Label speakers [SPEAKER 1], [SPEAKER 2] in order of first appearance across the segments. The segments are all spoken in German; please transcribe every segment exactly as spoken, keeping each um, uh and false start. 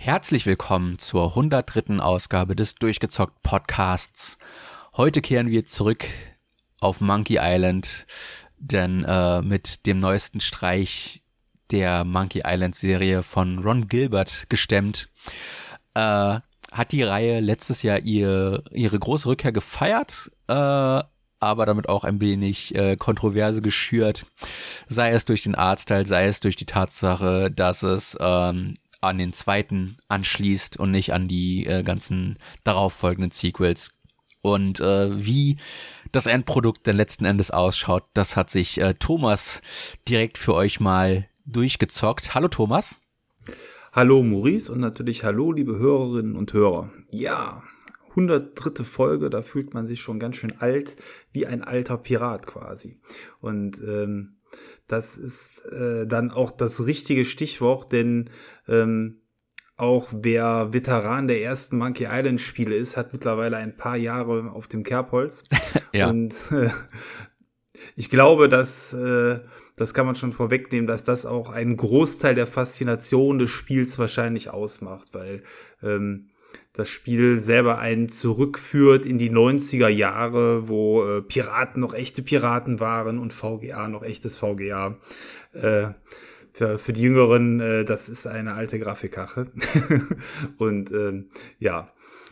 [SPEAKER 1] Herzlich willkommen zur hundertdritten Ausgabe des Durchgezockt Podcasts. Heute kehren wir zurück auf Monkey Island, denn äh, mit dem neuesten Streich der Monkey Island Serie von Ron Gilbert gestemmt, äh, hat die Reihe letztes Jahr ihr, ihre große Rückkehr gefeiert, äh, aber damit auch ein wenig äh, Kontroverse geschürt, sei es durch den Artstyle, sei es durch die Tatsache, dass es ähm, an den zweiten anschließt und nicht an die äh, ganzen darauffolgenden Sequels. Und äh, wie das Endprodukt dann letzten Endes ausschaut, das hat sich äh, Thomas direkt für euch mal durchgezockt. Hallo Thomas.
[SPEAKER 2] Hallo Maurice und natürlich hallo liebe Hörerinnen und Hörer. Ja, hundertdritte Folge, da fühlt man sich schon ganz schön alt, wie ein alter Pirat quasi. Und ähm, das ist äh, dann auch das richtige Stichwort, denn ähm, auch wer Veteran der ersten Monkey Island Spiele ist, hat mittlerweile ein paar Jahre auf dem Kerbholz.
[SPEAKER 1] Ja.
[SPEAKER 2] Und äh, ich glaube, dass äh, das kann man schon vorwegnehmen, dass das auch einen Großteil der Faszination des Spiels wahrscheinlich ausmacht, weil ähm, das Spiel selber einen zurückführt in die neunziger Jahre, wo äh, Piraten noch echte Piraten waren und V G A noch echtes V G A. Äh, für, für die Jüngeren, äh, das ist eine alte Grafikkache. Und ähm, ja,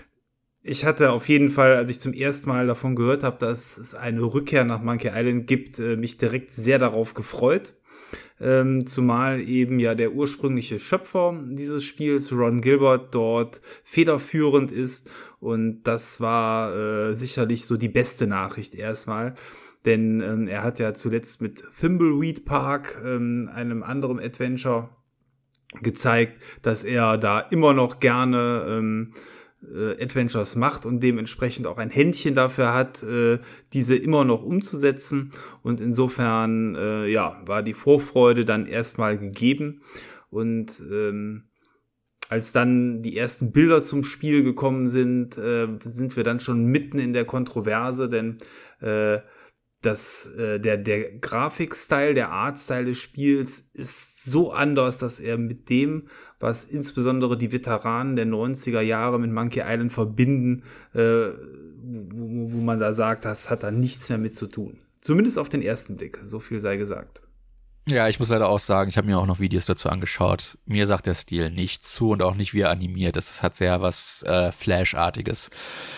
[SPEAKER 2] ich hatte auf jeden Fall, als ich zum ersten Mal davon gehört habe, dass es eine Rückkehr nach Monkey Island gibt, äh, mich direkt sehr darauf gefreut. Ähm, zumal eben ja der ursprüngliche Schöpfer dieses Spiels, Ron Gilbert, dort federführend ist. Und das war äh, sicherlich so die beste Nachricht erstmal. Denn ähm, er hat ja zuletzt mit Thimbleweed Park, ähm, einem anderen Adventure, gezeigt, dass er da immer noch gerne ähm, äh, Adventures macht und dementsprechend auch ein Händchen dafür hat, äh, diese immer noch umzusetzen. Und insofern äh, ja, war die Vorfreude dann erstmal gegeben. Und ähm, als dann die ersten Bilder zum Spiel gekommen sind, äh, sind wir dann schon mitten in der Kontroverse, denn äh, Das, äh, der, der Grafikstyle, der Artstyle des Spiels ist so anders, dass er mit dem, was insbesondere die Veteranen der neunziger Jahre mit Monkey Island verbinden, äh, wo, wo man da sagt, das hat da nichts mehr mit zu tun. Zumindest auf den ersten Blick, so viel sei gesagt.
[SPEAKER 1] Ja, ich muss leider auch sagen, ich habe mir auch noch Videos dazu angeschaut. Mir sagt der Stil nicht zu und auch nicht, wie er animiert ist. Es hat sehr was äh, Flash-artiges.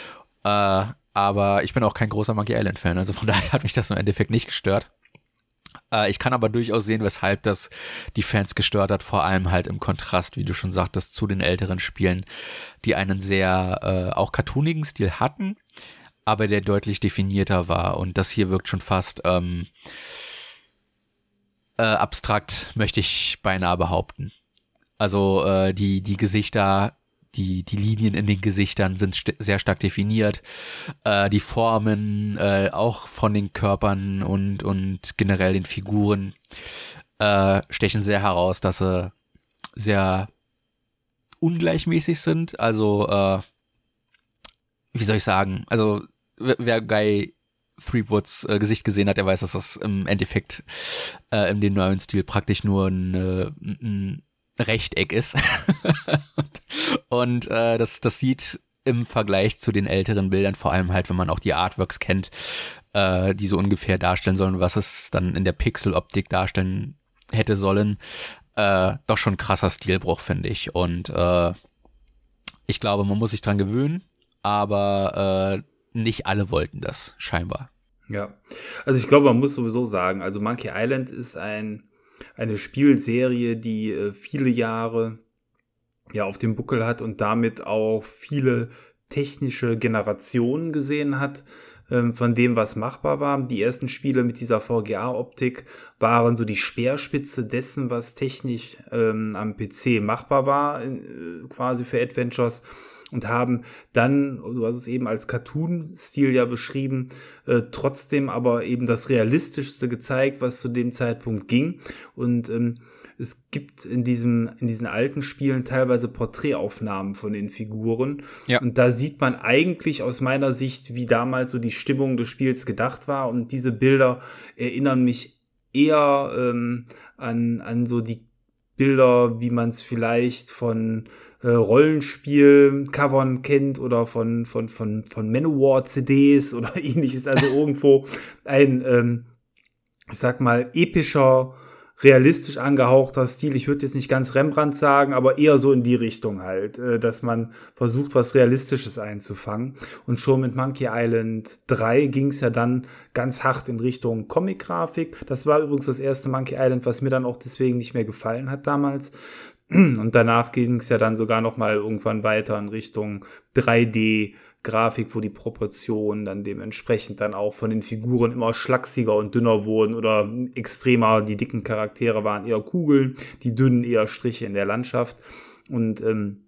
[SPEAKER 1] Äh, Aber ich bin auch kein großer Monkey Island-Fan, also von daher hat mich das im Endeffekt nicht gestört. Äh, ich kann aber durchaus sehen, weshalb das die Fans gestört hat, vor allem halt im Kontrast, wie du schon sagtest, zu den älteren Spielen, die einen sehr äh, auch cartoonigen Stil hatten, aber der deutlich definierter war. Und das hier wirkt schon fast ähm, äh, abstrakt, möchte ich beinahe behaupten. Also äh, die, die Gesichter... Die, die Linien in den Gesichtern sind st- sehr stark definiert. Äh, die Formen, äh, auch von den Körpern und, und generell den Figuren, äh, stechen sehr heraus, dass sie sehr ungleichmäßig sind. Also, äh, wie soll ich sagen? Also, wer, wer Guy Threepwoods äh, Gesicht gesehen hat, der weiß, dass das im Endeffekt äh, in dem neuen Stil praktisch nur ein, äh, ein Rechteck ist. und und äh, das, das sieht im Vergleich zu den älteren Bildern, vor allem halt, wenn man auch die Artworks kennt, äh, die so ungefähr darstellen sollen, was es dann in der Pixel-Optik darstellen hätte sollen, äh, doch schon ein krasser Stilbruch, finde ich. Und äh, ich glaube, man muss sich dran gewöhnen, aber äh, nicht alle wollten das, scheinbar.
[SPEAKER 2] Ja, also ich glaube, man muss sowieso sagen, also Monkey Island ist ein eine Spielserie, die äh, viele Jahre ja auf dem Buckel hat und damit auch viele technische Generationen gesehen hat, ähm, von dem, was machbar war. Die ersten Spiele mit dieser V G A-Optik waren so die Speerspitze dessen, was technisch ähm, am P C machbar war, äh, quasi für Adventures. Und haben dann, du hast es eben als Cartoon-Stil ja beschrieben, äh, trotzdem aber eben das Realistischste gezeigt, was zu dem Zeitpunkt ging. Und ähm, es gibt in diesem in diesen alten Spielen teilweise Porträtaufnahmen von den Figuren.
[SPEAKER 1] Ja.
[SPEAKER 2] Und da sieht man eigentlich aus meiner Sicht, wie damals so die Stimmung des Spiels gedacht war. Und diese Bilder erinnern mich eher ähm, an, an so die Bilder, wie man es vielleicht von äh, Rollenspiel-Covern kennt oder von, von, von, von Manowar-C Ds oder ähnliches. Also irgendwo ein, ähm, ich sag mal, epischer, realistisch angehauchter Stil. Ich würde jetzt nicht ganz Rembrandt sagen, aber eher so in die Richtung halt, äh, dass man versucht, was Realistisches einzufangen. Und schon mit Monkey Island drei ging es ja dann ganz hart in Richtung Comic-Grafik. Das war übrigens das erste Monkey Island, was mir dann auch deswegen nicht mehr gefallen hat damals. Und danach ging es ja dann sogar noch mal irgendwann weiter in Richtung drei D Grafik, wo die Proportionen dann dementsprechend dann auch von den Figuren immer schlachsiger und dünner wurden oder extremer. Die dicken Charaktere waren eher Kugeln, die dünnen eher Striche in der Landschaft. Und ähm,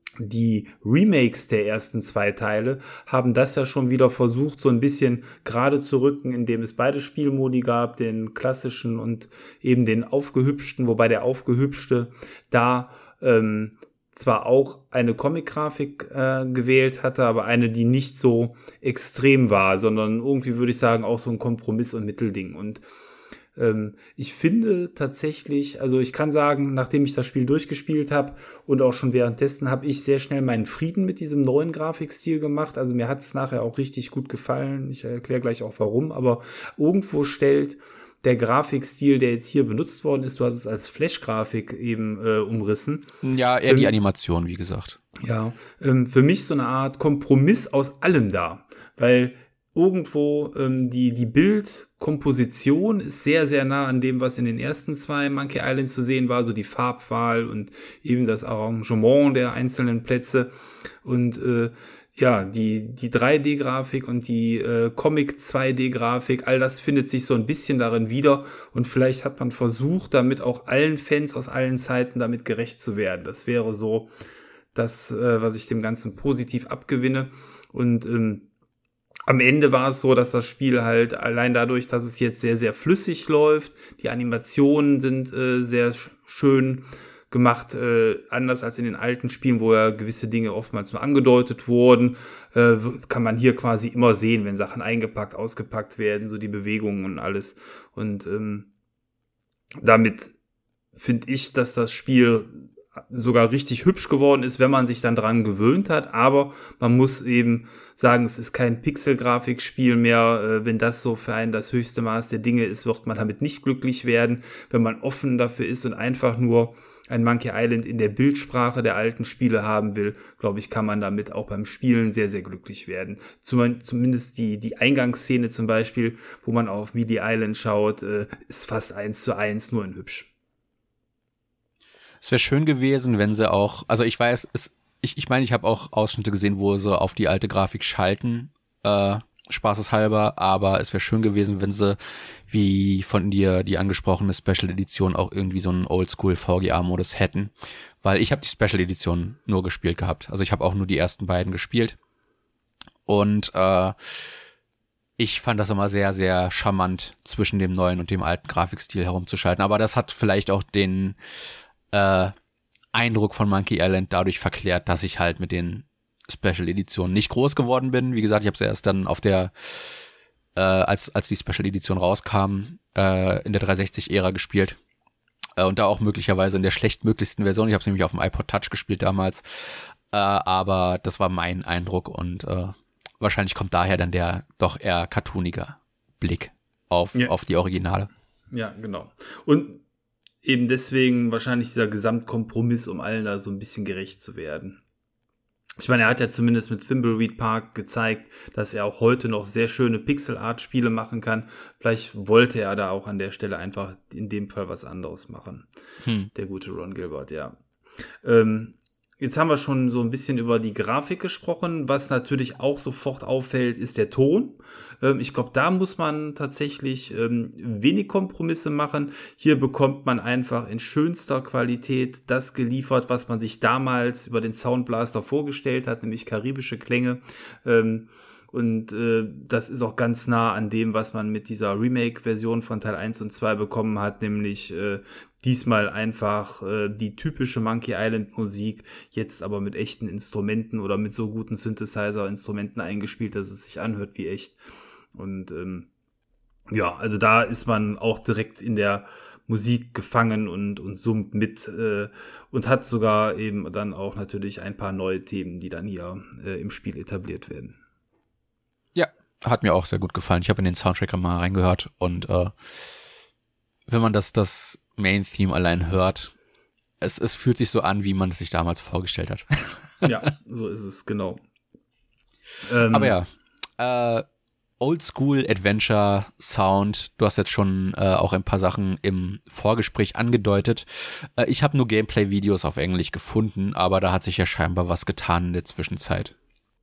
[SPEAKER 2] die Remakes der ersten zwei Teile haben das ja schon wieder versucht, so ein bisschen gerade zu rücken, indem es beide Spielmodi gab, den klassischen und eben den aufgehübschten, wobei der aufgehübschte da ähm, zwar auch eine Comic-Grafik äh, gewählt hatte, aber eine, die nicht so extrem war, sondern irgendwie würde ich sagen auch so ein Kompromiss und Mittelding. Und ähm, ich finde tatsächlich, also ich kann sagen, nachdem ich das Spiel durchgespielt habe und auch schon währenddessen, habe ich sehr schnell meinen Frieden mit diesem neuen Grafikstil gemacht. Also mir hat es nachher auch richtig gut gefallen. Ich erkläre gleich auch warum, aber irgendwo stellt der Grafikstil, der jetzt hier benutzt worden ist, du hast es als Flash-Grafik eben äh, umrissen.
[SPEAKER 1] Ja, eher
[SPEAKER 2] ähm,
[SPEAKER 1] die Animation, wie gesagt.
[SPEAKER 2] Ja, ähm, für mich so eine Art Kompromiss aus allem da, weil irgendwo ähm, die die Bildkomposition ist sehr, sehr nah an dem, was in den ersten zwei Monkey Island zu sehen war, so die Farbwahl und eben das Arrangement der einzelnen Plätze und äh, ja, die die drei D Grafik und die äh, Comic zwei D Grafik, all das findet sich so ein bisschen darin wieder und vielleicht hat man versucht, damit auch allen Fans aus allen Zeiten damit gerecht zu werden. Das wäre so das, äh, was ich dem Ganzen positiv abgewinne und ähm, am Ende war es so, dass das Spiel halt allein dadurch, dass es jetzt sehr, sehr flüssig läuft, die Animationen sind äh, sehr sch- schön gemacht, äh, anders als in den alten Spielen, wo ja gewisse Dinge oftmals nur angedeutet wurden, äh, kann man hier quasi immer sehen, wenn Sachen eingepackt, ausgepackt werden, so die Bewegungen und alles. Und ähm, damit finde ich, dass das Spiel sogar richtig hübsch geworden ist, wenn man sich dann dran gewöhnt hat, aber man muss eben sagen, es ist kein Pixel-Grafikspiel mehr, äh, wenn das so für einen das höchste Maß der Dinge ist, wird man damit nicht glücklich werden, wenn man offen dafür ist und einfach nur ein Monkey Island in der Bildsprache der alten Spiele haben will, glaube ich, kann man damit auch beim Spielen sehr, sehr glücklich werden. Zum, zumindest die, die Eingangsszene zum Beispiel, wo man auf Mealy Island schaut, äh, ist fast eins zu eins, nur in hübsch.
[SPEAKER 1] Es wäre schön gewesen, wenn sie auch, also ich weiß, es, ich ich meine, ich habe auch Ausschnitte gesehen, wo sie auf die alte Grafik schalten, äh, spaßeshalber, aber es wäre schön gewesen, wenn sie, wie von dir die angesprochene Special Edition, auch irgendwie so einen Oldschool V G A-Modus hätten, weil ich habe die Special Edition nur gespielt gehabt, also ich habe auch nur die ersten beiden gespielt und äh, ich fand das immer sehr, sehr charmant, zwischen dem neuen und dem alten Grafikstil herumzuschalten, aber das hat vielleicht auch den äh, Eindruck von Monkey Island dadurch verklärt, dass ich halt mit den Special Editionen nicht groß geworden bin. Wie gesagt, ich habe es erst dann auf der, äh, als als die Special Edition rauskam, äh, in der dreihundertsechzig-Ära gespielt. Äh, und da auch möglicherweise in der schlechtmöglichsten Version. Ich habe es nämlich auf dem iPod Touch gespielt damals. Äh, aber das war mein Eindruck und äh, wahrscheinlich kommt daher dann der doch eher cartoonige Blick auf, ja. auf die Originale.
[SPEAKER 2] Ja, genau. Und eben deswegen wahrscheinlich dieser Gesamtkompromiss, um allen da so ein bisschen gerecht zu werden. Ich meine, er hat ja zumindest mit Thimbleweed Park gezeigt, dass er auch heute noch sehr schöne Pixel-Art-Spiele machen kann. Vielleicht wollte er da auch an der Stelle einfach in dem Fall was anderes machen. Hm. Der gute Ron Gilbert, ja. Ähm, jetzt haben wir schon so ein bisschen über die Grafik gesprochen. Was natürlich auch sofort auffällt, ist der Ton. Ähm, ich glaube, da muss man tatsächlich ähm, wenig Kompromisse machen. Hier bekommt man einfach in schönster Qualität das geliefert, was man sich damals über den Soundblaster vorgestellt hat, nämlich karibische Klänge. Ähm, Und äh, das ist auch ganz nah an dem, was man mit dieser Remake-Version von Teil eins und zwei bekommen hat, nämlich äh, diesmal einfach äh, die typische Monkey Island-Musik, jetzt aber mit echten Instrumenten oder mit so guten Synthesizer-Instrumenten eingespielt, dass es sich anhört wie echt. Und ähm, ja, also da ist man auch direkt in der Musik gefangen und, und summt mit äh, und hat sogar eben dann auch natürlich ein paar neue Themen, die dann hier äh, im Spiel etabliert werden.
[SPEAKER 1] Ja, hat mir auch sehr gut gefallen. Ich habe in den Soundtrack mal reingehört und äh, wenn man das, das Main-Theme allein hört, es, es fühlt sich so an, wie man es sich damals vorgestellt hat.
[SPEAKER 2] Ja, so ist es, genau. Ähm,
[SPEAKER 1] Aber ja, äh, Oldschool Adventure Sound. Du hast jetzt schon äh, auch ein paar Sachen im Vorgespräch angedeutet. Äh, ich habe nur Gameplay-Videos auf Englisch gefunden, aber da hat sich ja scheinbar was getan in der Zwischenzeit.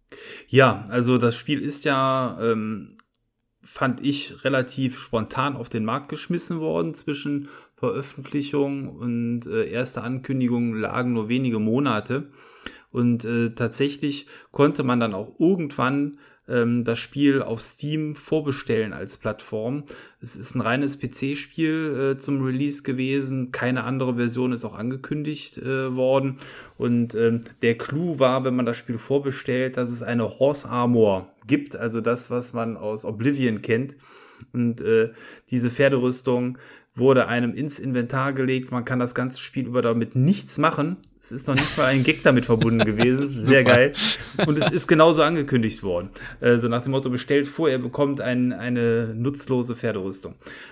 [SPEAKER 2] Ja, also das Spiel ist ja, ähm, fand ich, relativ spontan auf den Markt geschmissen worden. Zwischen Veröffentlichung und äh, erste Ankündigung lagen nur wenige Monate. Und äh, tatsächlich konnte man dann auch irgendwann ähm, das Spiel auf Steam vorbestellen als Plattform. Es ist ein reines P C-Spiel äh, zum Release gewesen. Keine andere Version ist auch angekündigt äh, worden. Und ähm, der Clou war, wenn man das Spiel vorbestellt, dass es eine Horse Armor gibt. Also das, was man aus Oblivion kennt. Und äh, diese Pferderüstung wurde einem ins Inventar gelegt. Man kann das ganze Spiel über damit nichts machen. Es ist noch nicht mal ein Gag damit verbunden gewesen. Sehr geil. Und es ist genauso angekündigt worden. Also nach dem Motto, bestellt vor, ihr bekommt ein, eine nutzlose Pferderüstung.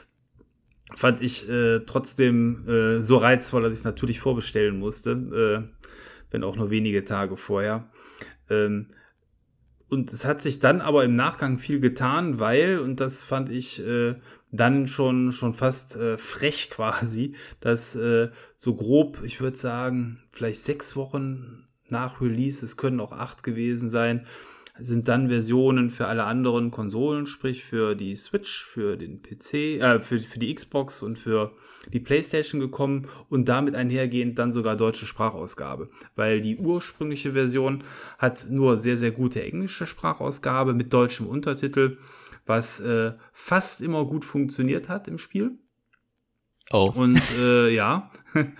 [SPEAKER 2] Fand ich äh, trotzdem äh, so reizvoll, dass ich es natürlich vorbestellen musste. Äh, wenn auch nur wenige Tage vorher. Ähm, und es hat sich dann aber im Nachgang viel getan, weil, und das fand ich äh, dann schon schon fast äh, frech quasi, dass äh, so grob, ich würde sagen, vielleicht sechs Wochen nach Release, es können auch acht gewesen sein, sind dann Versionen für alle anderen Konsolen, sprich für die Switch, für den P C, äh, für, für die Xbox und für die PlayStation gekommen und damit einhergehend dann sogar deutsche Sprachausgabe, weil die ursprüngliche Version hat nur sehr, sehr gute englische Sprachausgabe mit deutschem Untertitel, was äh, fast immer gut funktioniert hat im Spiel.
[SPEAKER 1] Oh.
[SPEAKER 2] Und äh, ja,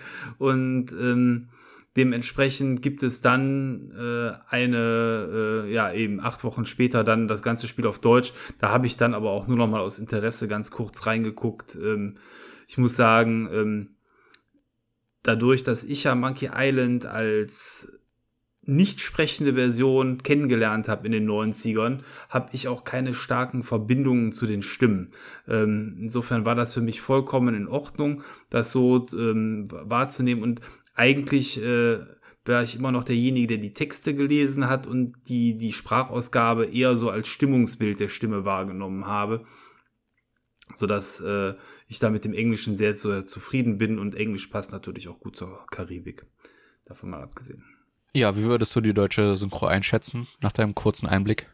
[SPEAKER 2] und ähm, dementsprechend gibt es dann äh, eine, äh, ja eben acht Wochen später dann das ganze Spiel auf Deutsch. Da habe ich dann aber auch nur noch mal aus Interesse ganz kurz reingeguckt. Ähm, ich muss sagen, ähm, dadurch, dass ich ja Monkey Island als nicht sprechende Version kennengelernt habe in den neunzigern, habe ich auch keine starken Verbindungen zu den Stimmen. Ähm, insofern war das für mich vollkommen in Ordnung, das so ähm, wahrzunehmen und eigentlich äh, war ich immer noch derjenige, der die Texte gelesen hat und die die Sprachausgabe eher so als Stimmungsbild der Stimme wahrgenommen habe, sodass äh, ich da mit dem Englischen sehr, sehr zufrieden bin und Englisch passt natürlich auch gut zur Karibik. Davon mal abgesehen.
[SPEAKER 1] Ja, wie würdest du die deutsche Synchro einschätzen, nach deinem kurzen Einblick?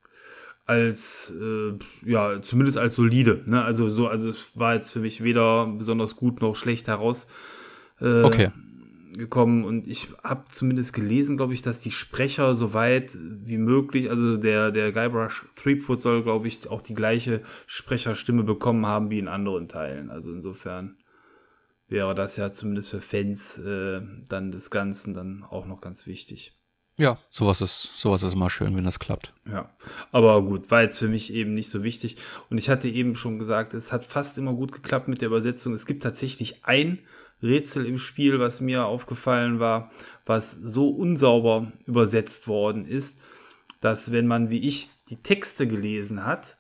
[SPEAKER 2] Als, äh, ja, zumindest als solide, ne, also so, also es war jetzt für mich weder besonders gut noch schlecht heraus äh,
[SPEAKER 1] okay.
[SPEAKER 2] gekommen und ich habe zumindest gelesen, glaube ich, dass die Sprecher so weit wie möglich, also der, der Guybrush Threepwood soll, glaube ich, auch die gleiche Sprecherstimme bekommen haben wie in anderen Teilen, also insofern wäre das ja zumindest für Fans äh, dann des Ganzen dann auch noch ganz wichtig.
[SPEAKER 1] Ja, sowas ist, sowas ist immer schön, wenn das klappt.
[SPEAKER 2] Ja, aber gut, war jetzt für mich eben nicht so wichtig. Und ich hatte eben schon gesagt, es hat fast immer gut geklappt mit der Übersetzung. Es gibt tatsächlich ein Rätsel im Spiel, was mir aufgefallen war, was so unsauber übersetzt worden ist, dass wenn man, wie ich, die Texte gelesen hat,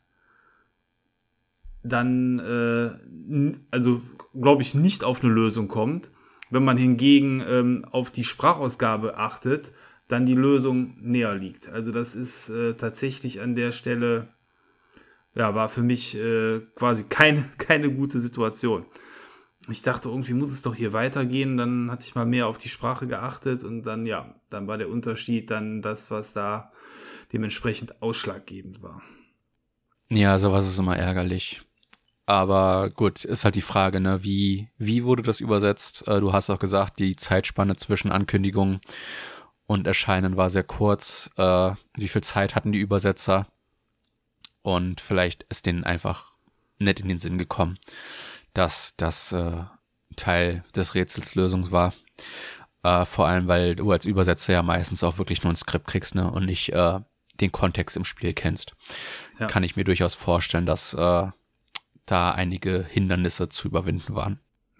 [SPEAKER 2] dann, äh, also glaube ich, nicht auf eine Lösung kommt. Wenn man hingegen ähm, auf die Sprachausgabe achtet, dann die Lösung näher liegt. Also das ist äh, tatsächlich an der Stelle, ja, war für mich äh, quasi keine, keine gute Situation. Ich dachte, irgendwie muss es doch hier weitergehen. Dann hatte ich mal mehr auf die Sprache geachtet und dann, ja, dann war der Unterschied dann das, was da dementsprechend ausschlaggebend war.
[SPEAKER 1] Ja, sowas ist immer ärgerlich. Aber gut, ist halt die Frage, ne, wie, wie wurde das übersetzt? Äh, du hast auch gesagt, die Zeitspanne zwischen Ankündigung und Erscheinen war sehr kurz. Äh, wie viel Zeit hatten die Übersetzer? Und vielleicht ist denen einfach nicht in den Sinn gekommen, dass das äh, Teil des Rätsels Lösung war. Äh, vor allem, weil du als Übersetzer ja meistens auch wirklich nur ein Skript kriegst, ne, und nicht äh, den Kontext im Spiel kennst. Ja. Kann ich mir durchaus vorstellen, dass äh, da einige Hindernisse zu überwinden waren.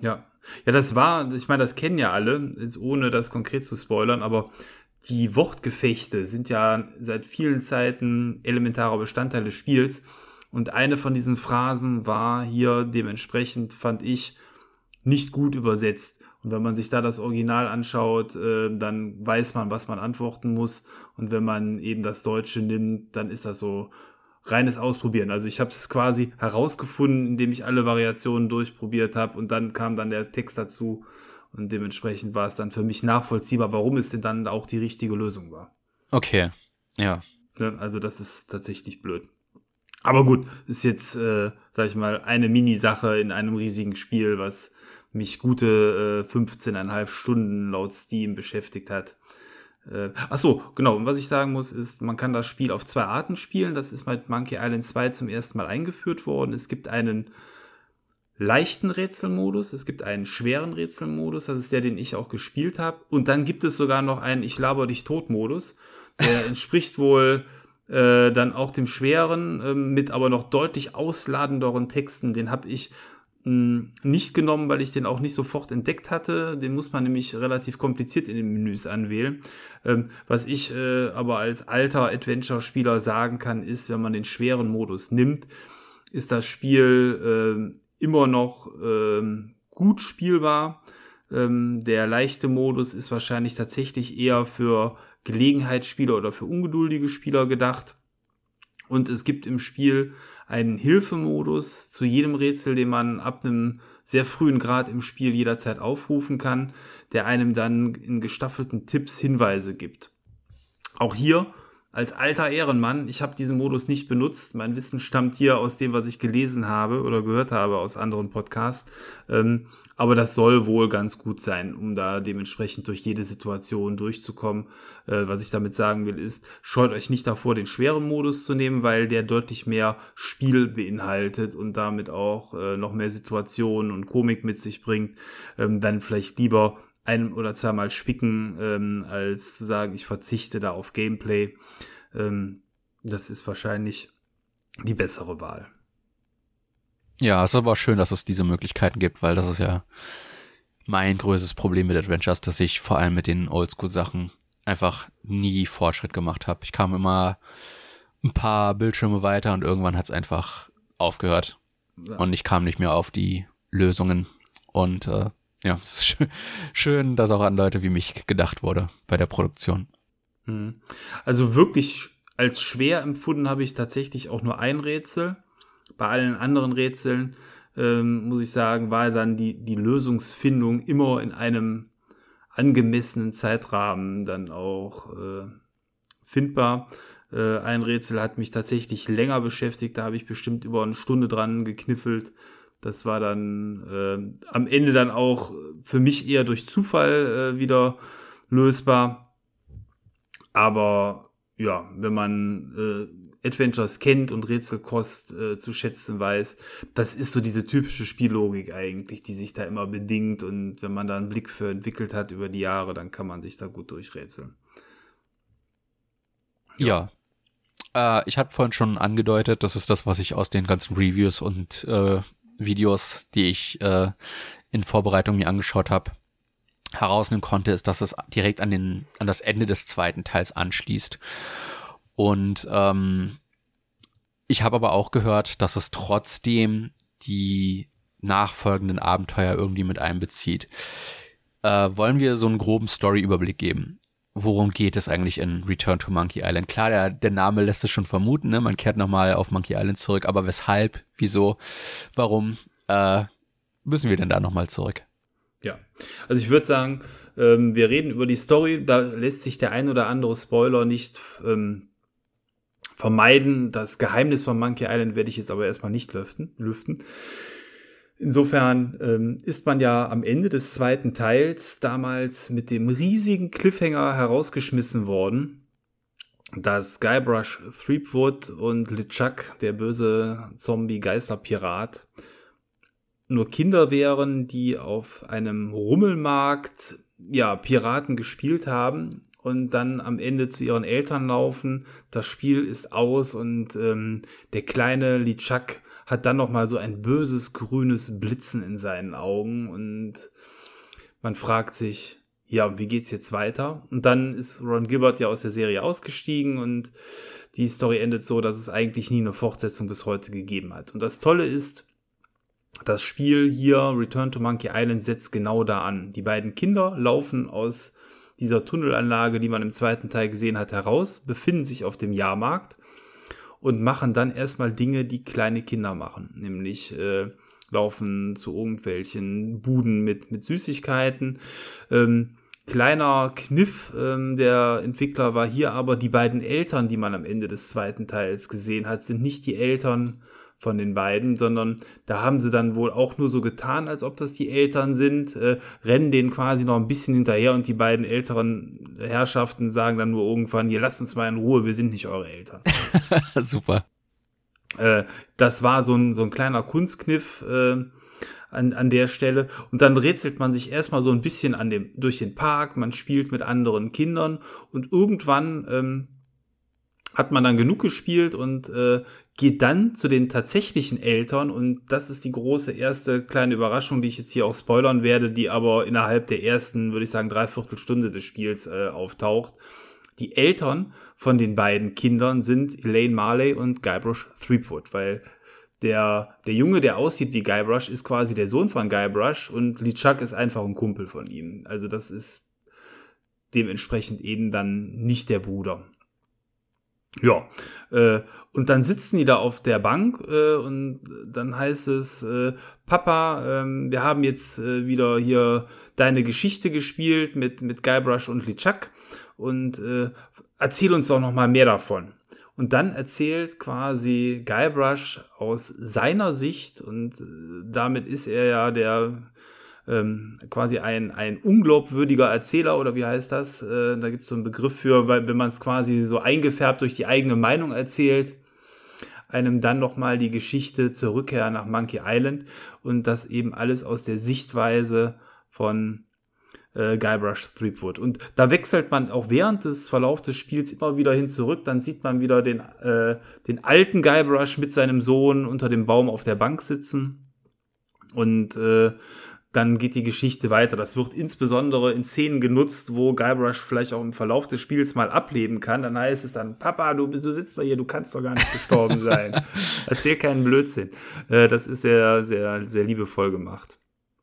[SPEAKER 2] Ja, ja, das war, ich meine, das kennen ja alle, jetzt ohne das konkret zu spoilern, aber die Wortgefechte sind ja seit vielen Zeiten elementarer Bestandteil des Spiels. Und eine von diesen Phrasen war hier dementsprechend, fand ich, nicht gut übersetzt. Und wenn man sich da das Original anschaut, äh, dann weiß man, was man antworten muss. Und wenn man eben das Deutsche nimmt, dann ist das so reines Ausprobieren. Also ich habe es quasi herausgefunden, indem ich alle Variationen durchprobiert habe. Und dann kam dann der Text dazu. Und dementsprechend war es dann für mich nachvollziehbar, warum es denn dann auch die richtige Lösung war.
[SPEAKER 1] Okay, ja.
[SPEAKER 2] Also das ist tatsächlich blöd. Aber gut, ist jetzt, äh, sag ich mal, eine Mini-Sache in einem riesigen Spiel, was mich gute äh, fünfzehn Komma fünf Stunden laut Steam beschäftigt hat. Äh, ach so, genau. Und was ich sagen muss, ist, man kann das Spiel auf zwei Arten spielen. Das ist mit Monkey Island zwei zum ersten Mal eingeführt worden. Es gibt einen leichten Rätselmodus, es gibt einen schweren Rätselmodus, das ist der, den ich auch gespielt habe. Und dann gibt es sogar noch einen Ich laber dich tot Modus. Der entspricht wohl äh, dann auch dem schweren, äh, mit aber noch deutlich ausladenderen Texten. Den habe ich mh, nicht genommen, weil ich den auch nicht sofort entdeckt hatte. Den muss man nämlich relativ kompliziert in den Menüs anwählen. Ähm, was ich äh, aber als alter Adventure-Spieler sagen kann, ist, wenn man den schweren Modus nimmt, ist das Spiel äh, immer noch ähm, gut spielbar. Ähm, der leichte Modus ist wahrscheinlich tatsächlich eher für Gelegenheitsspieler oder für ungeduldige Spieler gedacht. Und es gibt im Spiel einen Hilfemodus zu jedem Rätsel, den man ab einem sehr frühen Grad im Spiel jederzeit aufrufen kann, der einem dann in gestaffelten Tipps Hinweise gibt. Auch hier als alter Ehrenmann, ich habe diesen Modus nicht benutzt. Mein Wissen stammt hier aus dem, was ich gelesen habe oder gehört habe aus anderen Podcasts. Ähm, aber das soll wohl ganz gut sein, um da dementsprechend durch jede Situation durchzukommen. Äh, was ich damit sagen will, ist, scheut euch nicht davor, den schweren Modus zu nehmen, weil der deutlich mehr Spiel beinhaltet und damit auch äh, noch mehr Situationen und Komik mit sich bringt. Ähm, dann vielleicht lieber ein- oder zweimal spicken, ähm, als zu sagen, ich verzichte da auf Gameplay. Ähm, das ist wahrscheinlich die bessere Wahl.
[SPEAKER 1] Ja, es ist aber schön, dass es diese Möglichkeiten gibt, weil das ist ja mein größtes Problem mit Adventures, dass ich vor allem mit den Oldschool-Sachen einfach nie Fortschritt gemacht habe. Ich kam immer ein paar Bildschirme weiter und irgendwann hat es einfach aufgehört. Ja. Und ich kam nicht mehr auf die Lösungen. Und äh, ja, es ist schön, schön, dass auch an Leute wie mich gedacht wurde bei der Produktion.
[SPEAKER 2] Also wirklich als schwer empfunden habe ich tatsächlich auch nur ein Rätsel. Bei allen anderen Rätseln, ähm, muss ich sagen, war dann die, die Lösungsfindung immer in einem angemessenen Zeitrahmen dann auch äh, findbar. Äh, ein Rätsel hat mich tatsächlich länger beschäftigt, da habe ich bestimmt über eine Stunde dran gekniffelt. Das war dann äh, am Ende dann auch für mich eher durch Zufall äh, wieder lösbar. Aber ja, wenn man äh, Adventures kennt und Rätselkost äh, zu schätzen weiß, das ist so diese typische Spiellogik eigentlich, die sich da immer bedingt. Und wenn man da einen Blick für entwickelt hat über die Jahre, dann kann man sich da gut durchrätseln.
[SPEAKER 1] Ja. ja. Äh, ich habe vorhin schon angedeutet, das ist das, was ich aus den ganzen Reviews und äh, Videos, die ich äh, in Vorbereitung mir angeschaut habe, herausnehmen konnte, ist, dass es direkt an den an das Ende des zweiten Teils anschließt. Und ähm, ich habe aber auch gehört, dass es trotzdem die nachfolgenden Abenteuer irgendwie mit einbezieht. Äh, wollen wir so einen groben Story-Überblick geben? Worum geht es eigentlich in Return to Monkey Island? Klar, der, der Name lässt es schon vermuten, ne? Man kehrt nochmal auf Monkey Island zurück, aber weshalb, wieso, warum äh, müssen wir denn da nochmal zurück?
[SPEAKER 2] Ja, also ich würde sagen, ähm, wir reden über die Story, da lässt sich der ein oder andere Spoiler nicht ähm, vermeiden. Das Geheimnis von Monkey Island werde ich jetzt aber erstmal nicht lüften. lüften. Insofern ähm, ist man ja am Ende des zweiten Teils damals mit dem riesigen Cliffhanger herausgeschmissen worden, dass Guybrush Threepwood und LeChuck, der böse Zombie-Geisterpirat, nur Kinder wären, die auf einem Rummelmarkt ja Piraten gespielt haben und dann am Ende zu ihren Eltern laufen. Das Spiel ist aus und ähm, der kleine LeChuck hat dann nochmal so ein böses, grünes Blitzen in seinen Augen und man fragt sich, ja, wie geht's jetzt weiter? Und dann ist Ron Gilbert ja aus der Serie ausgestiegen und die Story endet so, dass es eigentlich nie eine Fortsetzung bis heute gegeben hat. Und das Tolle ist, das Spiel hier, Return to Monkey Island, setzt genau da an. Die beiden Kinder laufen aus dieser Tunnelanlage, die man im zweiten Teil gesehen hat, heraus, befinden sich auf dem Jahrmarkt und machen dann erstmal Dinge, die kleine Kinder machen. Nämlich äh, laufen zu irgendwelchen Buden mit, mit Süßigkeiten. Ähm, kleiner Kniff ähm, der Entwickler war hier aber, die beiden Eltern, die man am Ende des zweiten Teils gesehen hat, sind nicht die Eltern von den beiden, sondern da haben sie dann wohl auch nur so getan, als ob das die Eltern sind, äh, rennen denen quasi noch ein bisschen hinterher und die beiden älteren Herrschaften sagen dann nur irgendwann, hier, lasst uns mal in Ruhe, wir sind nicht eure Eltern.
[SPEAKER 1] Super.
[SPEAKER 2] Äh, das war so ein, so ein kleiner Kunstkniff äh, an, an der Stelle und dann rätselt man sich erstmal so ein bisschen an dem, durch den Park, man spielt mit anderen Kindern und irgendwann ähm, hat man dann genug gespielt und äh, geht dann zu den tatsächlichen Eltern und das ist die große erste kleine Überraschung, die ich jetzt hier auch spoilern werde, die aber innerhalb der ersten, würde ich sagen, dreiviertel Stunde des Spiels äh, auftaucht. Die Eltern von den beiden Kindern sind Elaine Marley und Guybrush Threepwood, weil der, der Junge, der aussieht wie Guybrush, ist quasi der Sohn von Guybrush und LeChuck ist einfach ein Kumpel von ihm. Also das ist dementsprechend eben dann nicht der Bruder. Ja, äh, und dann sitzen die da auf der Bank äh, und dann heißt es, äh, Papa, ähm, wir haben jetzt äh, wieder hier deine Geschichte gespielt mit, mit Guybrush und LeChuck und äh, erzähl uns doch noch mal mehr davon. Und dann erzählt quasi Guybrush aus seiner Sicht und äh, damit ist er ja der Ähm, quasi ein, ein unglaubwürdiger Erzähler oder wie heißt das? Äh, da gibt es so einen Begriff für, weil wenn man es quasi so eingefärbt durch die eigene Meinung erzählt, einem dann nochmal die Geschichte zur Rückkehr nach Monkey Island und das eben alles aus der Sichtweise von äh, Guybrush Threepwood. Und da wechselt man auch während des Verlaufs des Spiels immer wieder hin zurück, dann sieht man wieder den, äh, den alten Guybrush mit seinem Sohn unter dem Baum auf der Bank sitzen und äh, dann geht die Geschichte weiter. Das wird insbesondere in Szenen genutzt, wo Guybrush vielleicht auch im Verlauf des Spiels mal ableben kann. Dann heißt es dann, Papa, du, du sitzt doch hier, du kannst doch gar nicht gestorben sein. Erzähl keinen Blödsinn. Äh, das ist sehr, sehr, sehr liebevoll gemacht.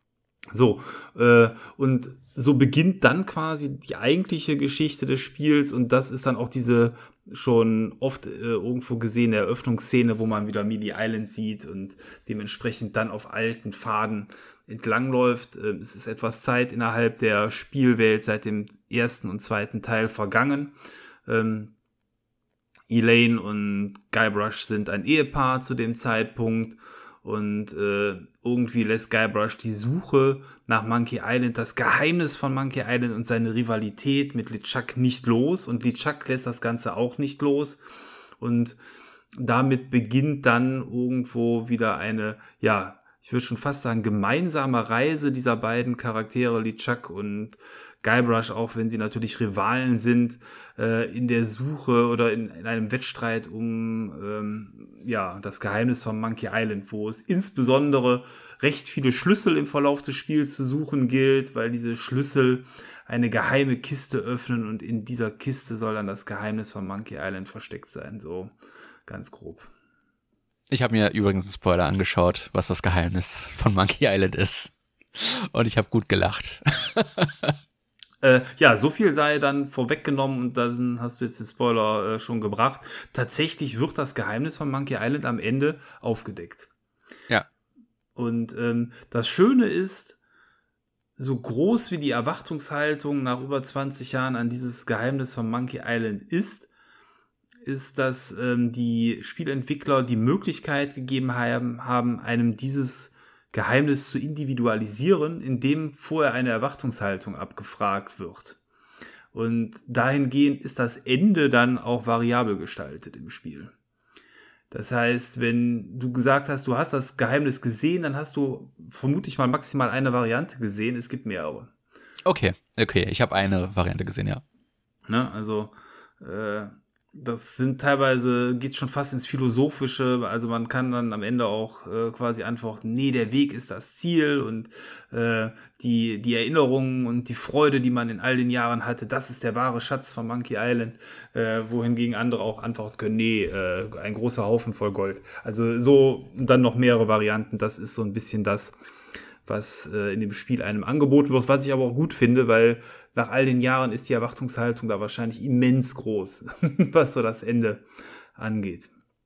[SPEAKER 2] So, äh, und so beginnt dann quasi die eigentliche Geschichte des Spiels und das ist dann auch diese schon oft äh, irgendwo gesehene Eröffnungsszene, wo man wieder Mealy Island sieht und dementsprechend dann auf alten Pfaden entlangläuft. Äh, es ist etwas Zeit innerhalb der Spielwelt seit dem ersten und zweiten Teil vergangen. Ähm, Elaine und Guybrush sind ein Ehepaar zu dem Zeitpunkt und äh, irgendwie lässt Guybrush die Suche nach Monkey Island, das Geheimnis von Monkey Island und seine Rivalität mit LeChuck nicht los und LeChuck lässt das Ganze auch nicht los und damit beginnt dann irgendwo wieder eine, ja, ich würde schon fast sagen, gemeinsame Reise dieser beiden Charaktere, LeChuck und Guybrush, auch wenn sie natürlich Rivalen sind, äh, in der Suche oder in, in einem Wettstreit um ähm, ja das Geheimnis von Monkey Island, wo es insbesondere recht viele Schlüssel im Verlauf des Spiels zu suchen gilt, weil diese Schlüssel eine geheime Kiste öffnen und in dieser Kiste soll dann das Geheimnis von Monkey Island versteckt sein, so ganz grob.
[SPEAKER 1] Ich habe mir übrigens einen Spoiler angeschaut, was das Geheimnis von Monkey Island ist. Und ich habe gut gelacht.
[SPEAKER 2] Äh, ja, so viel sei dann vorweggenommen und dann hast du jetzt den Spoiler äh, schon gebracht. Tatsächlich wird das Geheimnis von Monkey Island am Ende aufgedeckt.
[SPEAKER 1] Ja.
[SPEAKER 2] Und ähm, das Schöne ist, so groß wie die Erwartungshaltung nach über zwanzig Jahren an dieses Geheimnis von Monkey Island ist, ist, dass ähm, die Spielentwickler die Möglichkeit gegeben haben, haben, einem dieses Geheimnis zu individualisieren, indem vorher eine Erwartungshaltung abgefragt wird. Und dahingehend ist das Ende dann auch variabel gestaltet im Spiel. Das heißt, wenn du gesagt hast, du hast das Geheimnis gesehen, dann hast du vermutlich mal maximal eine Variante gesehen. Es gibt mehrere.
[SPEAKER 1] Okay, okay, ich habe eine Variante gesehen, ja.
[SPEAKER 2] Ne, also äh, das sind teilweise, geht schon fast ins Philosophische, also man kann dann am Ende auch äh, quasi antworten, nee, der Weg ist das Ziel und äh, die, die Erinnerungen und die Freude, die man in all den Jahren hatte, das ist der wahre Schatz von Monkey Island, äh, wohingegen andere auch antworten können, nee, äh, ein großer Haufen voll Gold. Also so, und dann noch mehrere Varianten, das ist so ein bisschen das, was äh, in dem Spiel einem angeboten wird, was ich aber auch gut finde, weil nach all den Jahren ist die Erwartungshaltung da wahrscheinlich immens groß, was so das Ende angeht.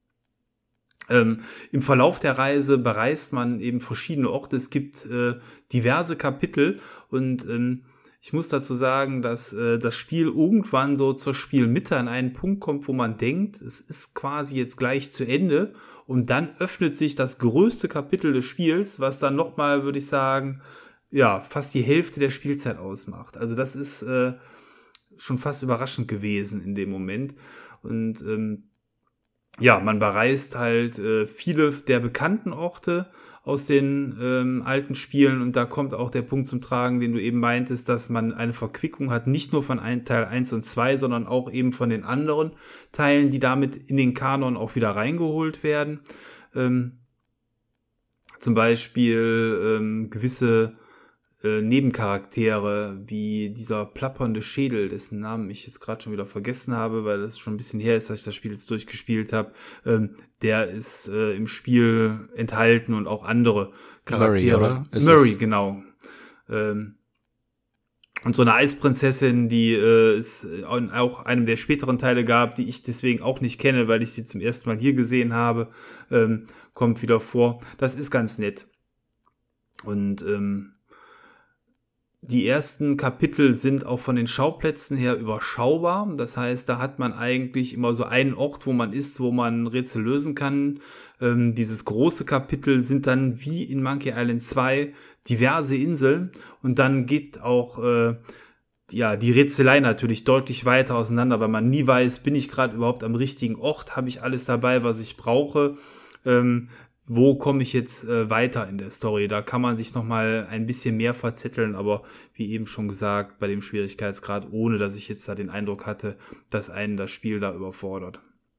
[SPEAKER 2] Ähm, Im Verlauf der Reise bereist man eben verschiedene Orte. Es gibt äh, diverse Kapitel und ähm, ich muss dazu sagen, dass äh, das Spiel irgendwann so zur Spielmitte an einen Punkt kommt, wo man denkt, es ist quasi jetzt gleich zu Ende und dann öffnet sich das größte Kapitel des Spiels, was dann nochmal, würde ich sagen, ja, fast die Hälfte der Spielzeit ausmacht. Also das ist äh, schon fast überraschend gewesen in dem Moment. Und ähm, ja, man bereist halt äh, viele der bekannten Orte aus den ähm, alten Spielen und da kommt auch der Punkt zum Tragen, den du eben meintest, dass man eine Verquickung hat, nicht nur von ein, Teil eins und zwei, sondern auch eben von den anderen Teilen, die damit in den Kanon auch wieder reingeholt werden. Ähm, zum Beispiel ähm, gewisse äh, Nebencharaktere, wie dieser plappernde Schädel, dessen Namen ich jetzt gerade schon wieder vergessen habe, weil das schon ein bisschen her ist, dass ich das Spiel jetzt durchgespielt habe. Ähm, der ist äh, im Spiel enthalten und auch andere Charaktere.
[SPEAKER 1] Murray, oder? Ist
[SPEAKER 2] Murray,
[SPEAKER 1] es?
[SPEAKER 2] genau. Ähm, und so eine Eisprinzessin, die äh, es in auch einem der späteren Teile gab, die ich deswegen auch nicht kenne, weil ich sie zum ersten Mal hier gesehen habe, ähm, kommt wieder vor. Das ist ganz nett. Und ähm, die ersten Kapitel sind auch von den Schauplätzen her überschaubar. Das heißt, da hat man eigentlich immer so einen Ort, wo man ist, wo man Rätsel lösen kann. Ähm, dieses große Kapitel sind dann wie in Monkey Island zwei diverse Inseln. Und dann geht auch äh, ja die Rätselei natürlich deutlich weiter auseinander, weil man nie weiß, bin ich gerade überhaupt am richtigen Ort? Habe ich alles dabei, was ich brauche? Ähm, Wo komme ich jetzt äh, weiter in der Story? Da kann man sich noch mal ein bisschen mehr verzetteln, aber wie eben schon gesagt, bei dem Schwierigkeitsgrad, ohne dass ich jetzt da den Eindruck hatte, dass einen das Spiel da überfordert.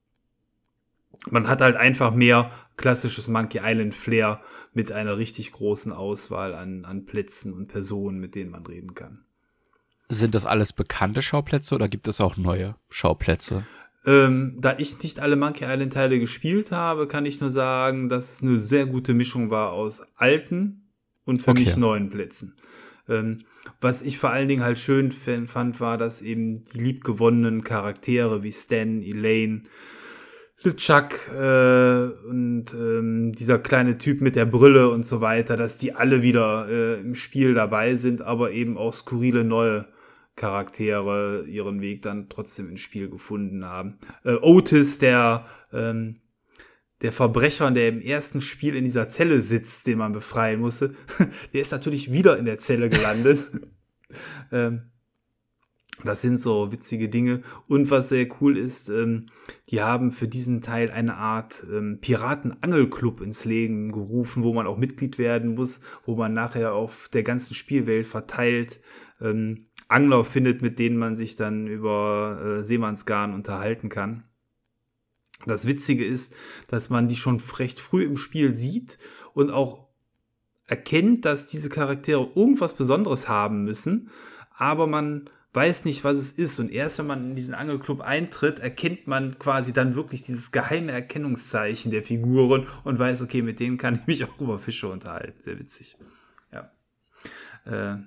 [SPEAKER 2] Man hat halt einfach mehr klassisches Monkey Island Flair mit einer richtig großen Auswahl an, an Plätzen und Personen, mit denen man reden kann.
[SPEAKER 1] Sind das alles bekannte Schauplätze oder gibt es auch neue Schauplätze?
[SPEAKER 2] Ähm, da ich nicht alle Monkey Island Teile gespielt habe, kann ich nur sagen, dass es eine sehr gute Mischung war aus alten und für
[SPEAKER 1] Okay.
[SPEAKER 2] mich neuen Plätzen. Ähm, was ich vor allen Dingen halt schön f- fand, war, dass eben die liebgewonnenen Charaktere wie Stan, Elaine, LeChuck äh, und ähm, dieser kleine Typ mit der Brille und so weiter, dass die alle wieder äh, im Spiel dabei sind, aber eben auch skurrile neue Charaktere ihren Weg dann trotzdem ins Spiel gefunden haben. Äh, Otis, der ähm, der Verbrecher, der im ersten Spiel in dieser Zelle sitzt, den man befreien musste, der ist natürlich wieder in der Zelle gelandet. ähm, das sind so witzige Dinge. Und was sehr cool ist, ähm, die haben für diesen Teil eine Art ähm, Piratenangelclub ins Leben gerufen, wo man auch Mitglied werden muss, wo man nachher auf der ganzen Spielwelt verteilt ähm, Angler findet, mit denen man sich dann über äh, Seemannsgarn unterhalten kann. Das Witzige ist, dass man die schon recht früh im Spiel sieht und auch erkennt, dass diese Charaktere irgendwas Besonderes haben müssen, aber man weiß nicht, was es ist. Und erst wenn man in diesen Angelclub eintritt, erkennt man quasi dann wirklich dieses geheime Erkennungszeichen der Figuren und weiß, okay, mit denen kann ich mich auch über Fische unterhalten. Sehr witzig. Ja. Äh,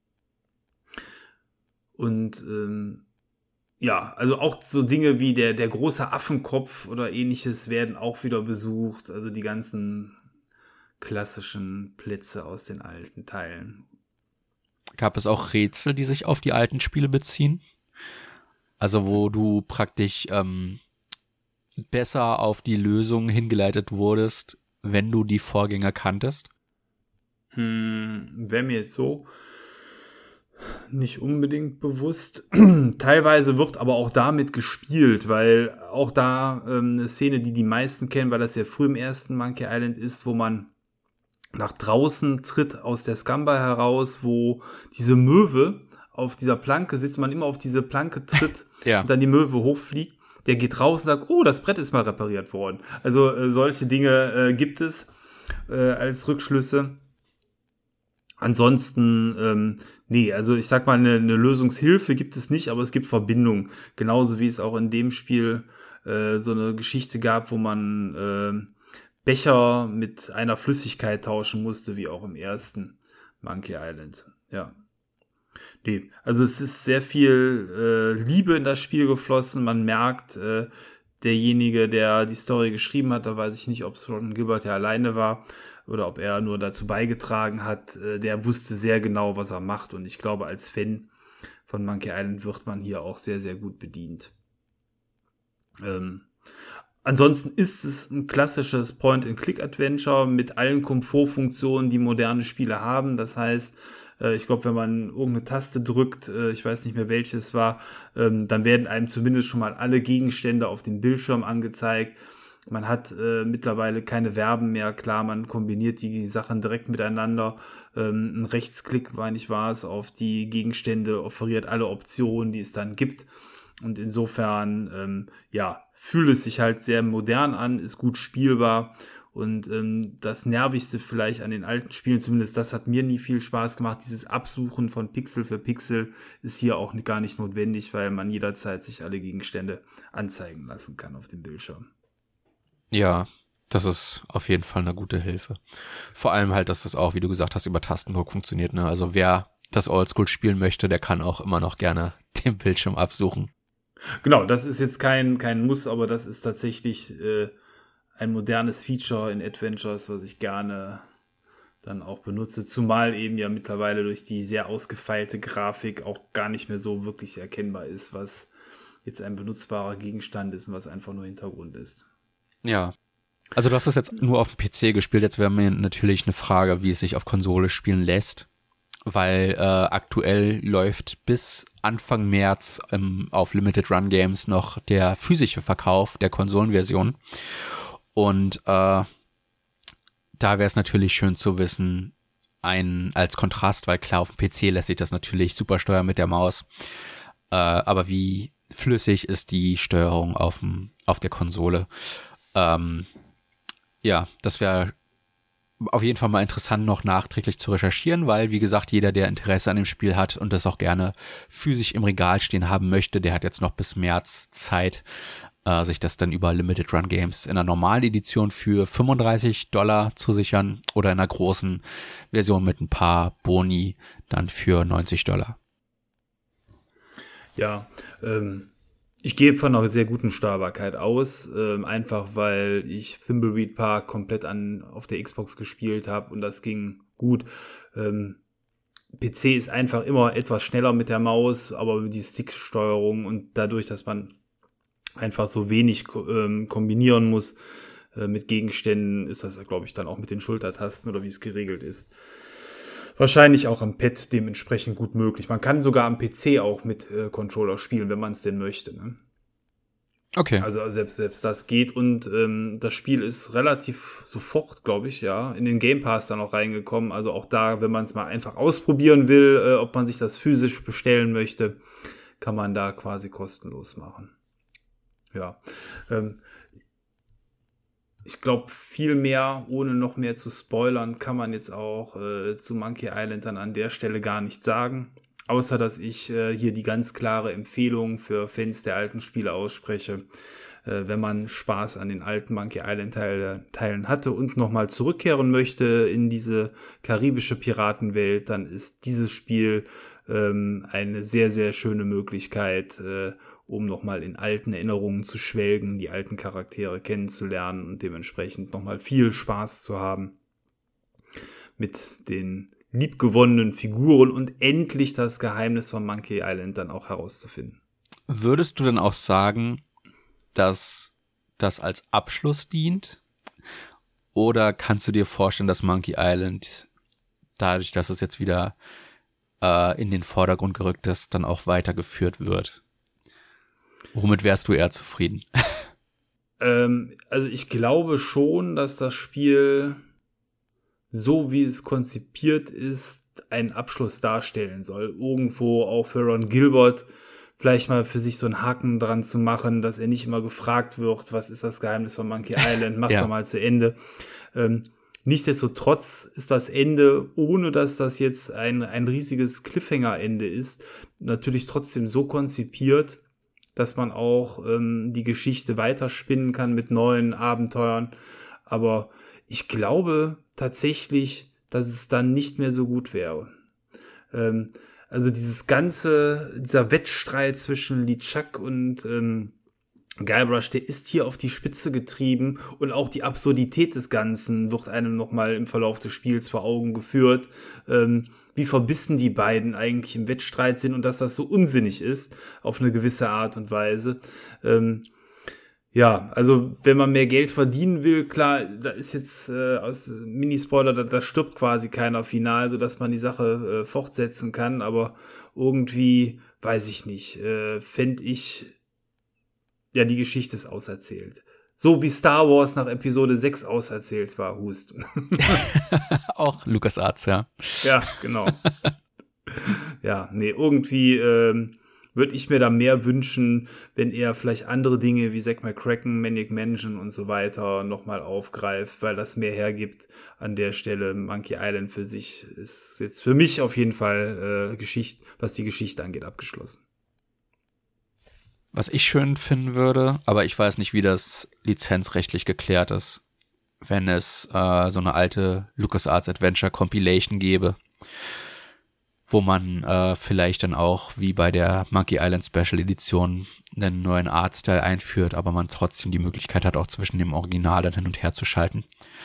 [SPEAKER 2] Und ähm, ja, also auch so Dinge wie der, der große Affenkopf oder ähnliches werden auch wieder besucht. Also die ganzen klassischen Plätze aus den alten Teilen.
[SPEAKER 1] Gab es auch Rätsel, die sich auf die alten Spiele beziehen? Also wo du praktisch ähm, besser auf die Lösung hingeleitet wurdest, wenn du die Vorgänger kanntest?
[SPEAKER 2] Hm, wäre mir jetzt so nicht unbedingt bewusst. Teilweise wird aber auch damit gespielt, weil auch da ähm, eine Szene, die die meisten kennen, weil das ja früh im ersten Monkey Island ist, wo man nach draußen tritt aus der Scamba heraus, wo diese Möwe auf dieser Planke sitzt, man immer auf diese Planke tritt
[SPEAKER 1] Ja.
[SPEAKER 2] und dann die Möwe hochfliegt. der geht raus und sagt, oh, das Brett ist mal repariert worden. Also äh, solche Dinge äh, gibt es äh, als Rückschlüsse. Ansonsten, ähm, nee, also ich sag mal, eine, eine Lösungshilfe gibt es nicht, aber es gibt Verbindungen. Genauso wie es auch in dem Spiel äh, so eine Geschichte gab, wo man äh, Becher mit einer Flüssigkeit tauschen musste, wie auch im ersten Monkey Island. Ja. Nee, also es ist sehr viel äh, Liebe in das Spiel geflossen. Man merkt, äh, derjenige, der die Story geschrieben hat, da weiß ich nicht, ob es Ron Gilbert ja alleine war oder ob er nur dazu beigetragen hat, äh, der wusste sehr genau, was er macht. Und ich glaube, als Fan von Monkey Island wird man hier auch sehr, sehr gut bedient. Ähm, ansonsten ist es ein klassisches Point-and-Click-Adventure mit allen Komfortfunktionen, die moderne Spiele haben. Das heißt, äh, ich glaube, wenn man irgendeine Taste drückt, äh, ich weiß nicht mehr, welches es war, ähm, dann werden einem zumindest schon mal alle Gegenstände auf dem Bildschirm angezeigt. Man hat äh, mittlerweile keine Verben mehr. Klar, man kombiniert die Sachen direkt miteinander. Ähm, ein Rechtsklick, meine ich, war es, auf die Gegenstände offeriert alle Optionen, die es dann gibt. Und insofern, ähm, ja, fühlt es sich halt sehr modern an, ist gut spielbar. Und ähm, das Nervigste vielleicht an den alten Spielen, zumindest das hat mir nie viel Spaß gemacht, dieses Absuchen von Pixel für Pixel ist hier auch gar nicht notwendig, weil man jederzeit sich alle Gegenstände anzeigen lassen kann auf dem Bildschirm.
[SPEAKER 1] Ja, das ist auf jeden Fall eine gute Hilfe. Vor allem halt, dass das auch, wie du gesagt hast, über Tastendruck funktioniert. Ne? Also wer das Oldschool spielen möchte, der kann auch immer noch gerne den Bildschirm absuchen.
[SPEAKER 2] Genau, das ist jetzt kein, kein Muss, aber das ist tatsächlich äh, ein modernes Feature in Adventures, was ich gerne dann auch benutze. Zumal eben ja mittlerweile durch die sehr ausgefeilte Grafik auch gar nicht mehr so wirklich erkennbar ist, was jetzt ein benutzbarer Gegenstand ist und was einfach nur Hintergrund ist.
[SPEAKER 1] Ja, also du hast es jetzt nur auf dem P C gespielt. Jetzt wäre mir natürlich eine Frage, wie es sich auf Konsole spielen lässt, weil äh, aktuell läuft bis Anfang März ähm, auf Limited Run Games noch der physische Verkauf der Konsolenversion. Und äh, da wäre es natürlich schön zu wissen, ein als Kontrast, weil klar, auf dem P C lässt sich das natürlich super steuern mit der Maus. Äh, aber wie flüssig ist die Steuerung auf, dem, auf der Konsole? Ähm, ja, das wäre auf jeden Fall mal interessant, noch nachträglich zu recherchieren, weil, wie gesagt, jeder, der Interesse an dem Spiel hat und das auch gerne physisch im Regal stehen haben möchte, der hat jetzt noch bis März Zeit, äh, sich das dann über Limited Run Games in einer normalen Edition für fünfunddreißig Dollar zu sichern oder in einer großen Version mit ein paar Boni dann für neunzig Dollar.
[SPEAKER 2] Ja, ähm, ich gehe von einer sehr guten Steuerbarkeit aus, ähm, einfach weil ich Thimbleweed Park komplett an auf der Xbox gespielt habe und das ging gut. Ähm, P C ist einfach immer etwas schneller mit der Maus, aber die Sticksteuerung und dadurch, dass man einfach so wenig ähm, kombinieren muss äh, mit Gegenständen, ist das, glaube ich, dann auch mit den Schultertasten oder wie es geregelt ist. Wahrscheinlich auch am Pad dementsprechend gut möglich. Man kann sogar am P C auch mit äh, Controller spielen, wenn man es denn möchte. Ne?
[SPEAKER 1] Okay.
[SPEAKER 2] Also selbst, selbst das geht und ähm, das Spiel ist relativ sofort, glaube ich, ja, in den Game Pass dann auch reingekommen. Also auch da, wenn man es mal einfach ausprobieren will, äh, ob man sich das physisch bestellen möchte, kann man da quasi kostenlos machen. Ja, ähm, ich glaube, viel mehr, ohne noch mehr zu spoilern, kann man jetzt auch äh, zu Monkey Island dann an der Stelle gar nicht sagen. Außer, dass ich äh, hier die ganz klare Empfehlung für Fans der alten Spiele ausspreche. Äh, wenn man Spaß an den alten Monkey Island Teil, Teilen hatte und nochmal zurückkehren möchte in diese karibische Piratenwelt, dann ist dieses Spiel ähm, eine sehr, sehr schöne Möglichkeit, äh, um nochmal in alten Erinnerungen zu schwelgen, die alten Charaktere kennenzulernen und dementsprechend nochmal viel Spaß zu haben mit den liebgewonnenen Figuren und endlich das Geheimnis von Monkey Island dann auch herauszufinden.
[SPEAKER 1] Würdest du denn auch sagen, dass das als Abschluss dient? Oder kannst du dir vorstellen, dass Monkey Island, dadurch, dass es jetzt wieder äh, in den Vordergrund gerückt ist, dann auch weitergeführt wird? Womit wärst du eher zufrieden?
[SPEAKER 2] ähm, also ich glaube schon, dass das Spiel, so wie es konzipiert ist, einen Abschluss darstellen soll. Irgendwo auch für Ron Gilbert vielleicht mal für sich so einen Haken dran zu machen, dass er nicht immer gefragt wird, was ist das Geheimnis von Monkey Island, mach's
[SPEAKER 1] Ja.
[SPEAKER 2] doch mal zu Ende. Ähm, nichtsdestotrotz ist das Ende, ohne dass das jetzt ein, ein riesiges Cliffhanger-Ende ist, natürlich trotzdem so konzipiert, dass man auch ähm, die Geschichte weiterspinnen kann mit neuen Abenteuern. Aber ich glaube tatsächlich, dass es dann nicht mehr so gut wäre. Ähm, also dieses ganze, dieser Wettstreit zwischen LeChuck und ähm, Guybrush, der ist hier auf die Spitze getrieben und auch die Absurdität des Ganzen wird einem nochmal im Verlauf des Spiels vor Augen geführt, ähm, wie verbissen die beiden eigentlich im Wettstreit sind und dass das so unsinnig ist, auf eine gewisse Art und Weise. Ähm, ja, also wenn man mehr Geld verdienen will, klar, da ist jetzt äh, aus Minispoiler, da, da stirbt quasi keiner final, sodass man die Sache äh, fortsetzen kann, aber irgendwie, weiß ich nicht, äh, fände ich, ja, die Geschichte ist auserzählt. So wie Star Wars nach Episode sechs auserzählt war, Hust.
[SPEAKER 1] Auch LucasArts, ja.
[SPEAKER 2] Ja, genau. Ja, nee, irgendwie ähm, würde ich mir da mehr wünschen, wenn er vielleicht andere Dinge wie Zack McCracken, Maniac Mansion und so weiter nochmal aufgreift, weil das mehr hergibt an der Stelle. Monkey Island für sich ist jetzt für mich auf jeden Fall äh, Geschichte, was die Geschichte angeht, abgeschlossen.
[SPEAKER 1] Was ich schön finden würde, aber ich weiß nicht, wie das lizenzrechtlich geklärt ist, wenn es äh, so eine alte LucasArts Adventure Compilation gäbe, wo man äh, vielleicht dann auch wie bei der Monkey Island Special Edition einen neuen Artstyle einführt, aber man trotzdem die Möglichkeit hat, auch zwischen dem Original dann hin und her zu schalten.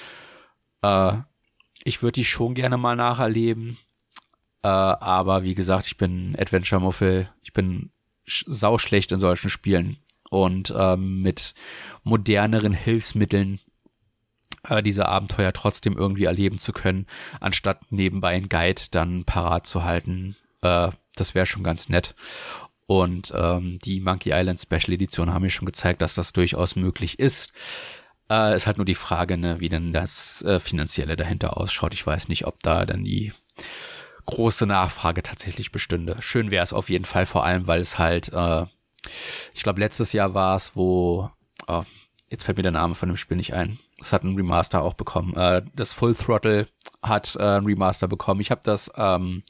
[SPEAKER 1] Äh, ich würde die schon gerne mal nacherleben, äh, aber wie gesagt, ich bin Adventure-Muffel, ich bin sauschlecht in solchen Spielen und ähm, mit moderneren Hilfsmitteln äh, diese Abenteuer trotzdem irgendwie erleben zu können, anstatt nebenbei einen Guide dann parat zu halten, äh, das wäre schon ganz nett. Und ähm, die Monkey Island Special Edition haben mir schon gezeigt, dass das durchaus möglich ist. Äh, ist halt nur die Frage, ne, wie denn das äh, Finanzielle dahinter ausschaut. Ich weiß nicht, ob da dann die große Nachfrage tatsächlich bestünde. Schön wäre es auf jeden Fall, vor allem, weil es halt, äh, ich glaube, letztes Jahr war es, wo, oh, jetzt fällt mir der Name von dem Spiel nicht ein. Es hat einen Remaster auch bekommen. Äh, das Full Throttle hat äh, einen Remaster bekommen. Ich habe das, ähm,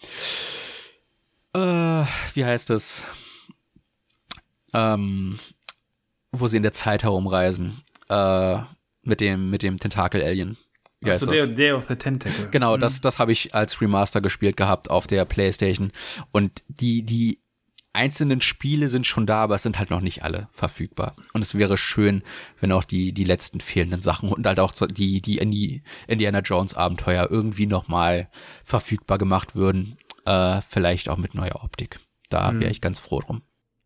[SPEAKER 1] äh, wie heißt es, ähm, wo sie in der Zeit herumreisen, äh, mit dem, mit dem Tentakel-Alien.
[SPEAKER 2] Achso, Day, Day of the Tentacle.
[SPEAKER 1] Genau,
[SPEAKER 2] mhm.
[SPEAKER 1] das, das habe ich als Remaster gespielt gehabt auf der PlayStation. Und die, die einzelnen Spiele sind schon da, aber es sind halt noch nicht alle verfügbar. Und es wäre schön, wenn auch die, die letzten fehlenden Sachen und halt auch die, die Indiana Jones Abenteuer irgendwie nochmal verfügbar gemacht würden. Äh, vielleicht auch mit neuer Optik. Da wäre ich ganz froh drum.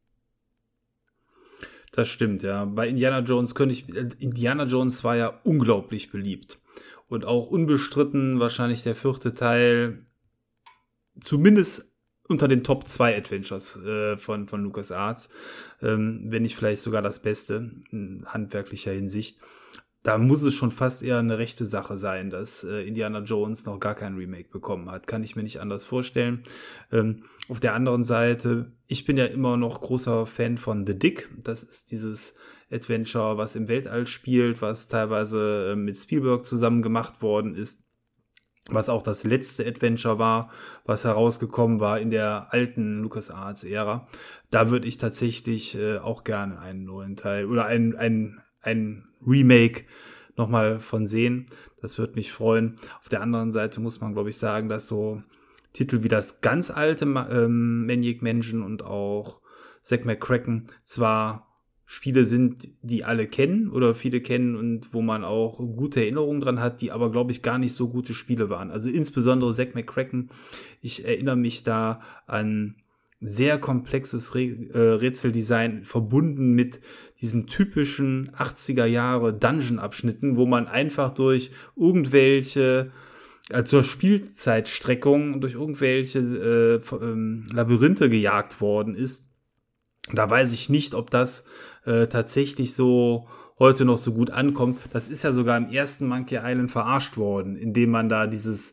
[SPEAKER 2] Das stimmt, ja. Bei Indiana Jones könnte ich, Indiana Jones war ja unglaublich beliebt. Und auch unbestritten wahrscheinlich der vierte Teil, zumindest unter den Top zwei Adventures äh, von, von LucasArts, ähm, wenn nicht vielleicht sogar das Beste in handwerklicher Hinsicht. Da muss es schon fast eher eine rechte Sache sein, dass äh, Indiana Jones noch gar kein Remake bekommen hat. Kann ich mir nicht anders vorstellen. Ähm, auf der anderen Seite, ich bin ja immer noch großer Fan von The Dig. Das ist dieses Adventure, was im Weltall spielt, was teilweise äh, mit Spielberg zusammen gemacht worden ist, was auch das letzte Adventure war, was herausgekommen war in der alten LucasArts-Ära. Da würde ich tatsächlich äh, auch gerne einen neuen Teil oder ein, ein, ein Remake nochmal von sehen. Das würde mich freuen. Auf der anderen Seite muss man, glaube ich, sagen, dass so Titel wie das ganz alte ähm, Maniac Mansion und auch Zack McCracken zwar Spiele sind, die alle kennen oder viele kennen und wo man auch gute Erinnerungen dran hat, die aber, glaube ich, gar nicht so gute Spiele waren. Also insbesondere Zack McCracken. Ich erinnere mich da an sehr komplexes Re- äh, Rätseldesign verbunden mit diesen typischen achtziger Jahre Dungeon-Abschnitten, wo man einfach durch irgendwelche äh, zur Spielzeitstreckung durch irgendwelche äh, ähm, Labyrinthe gejagt worden ist. Da weiß ich nicht, ob das äh, tatsächlich so heute noch so gut ankommt. Das ist ja sogar im ersten Monkey Island verarscht worden, indem man da dieses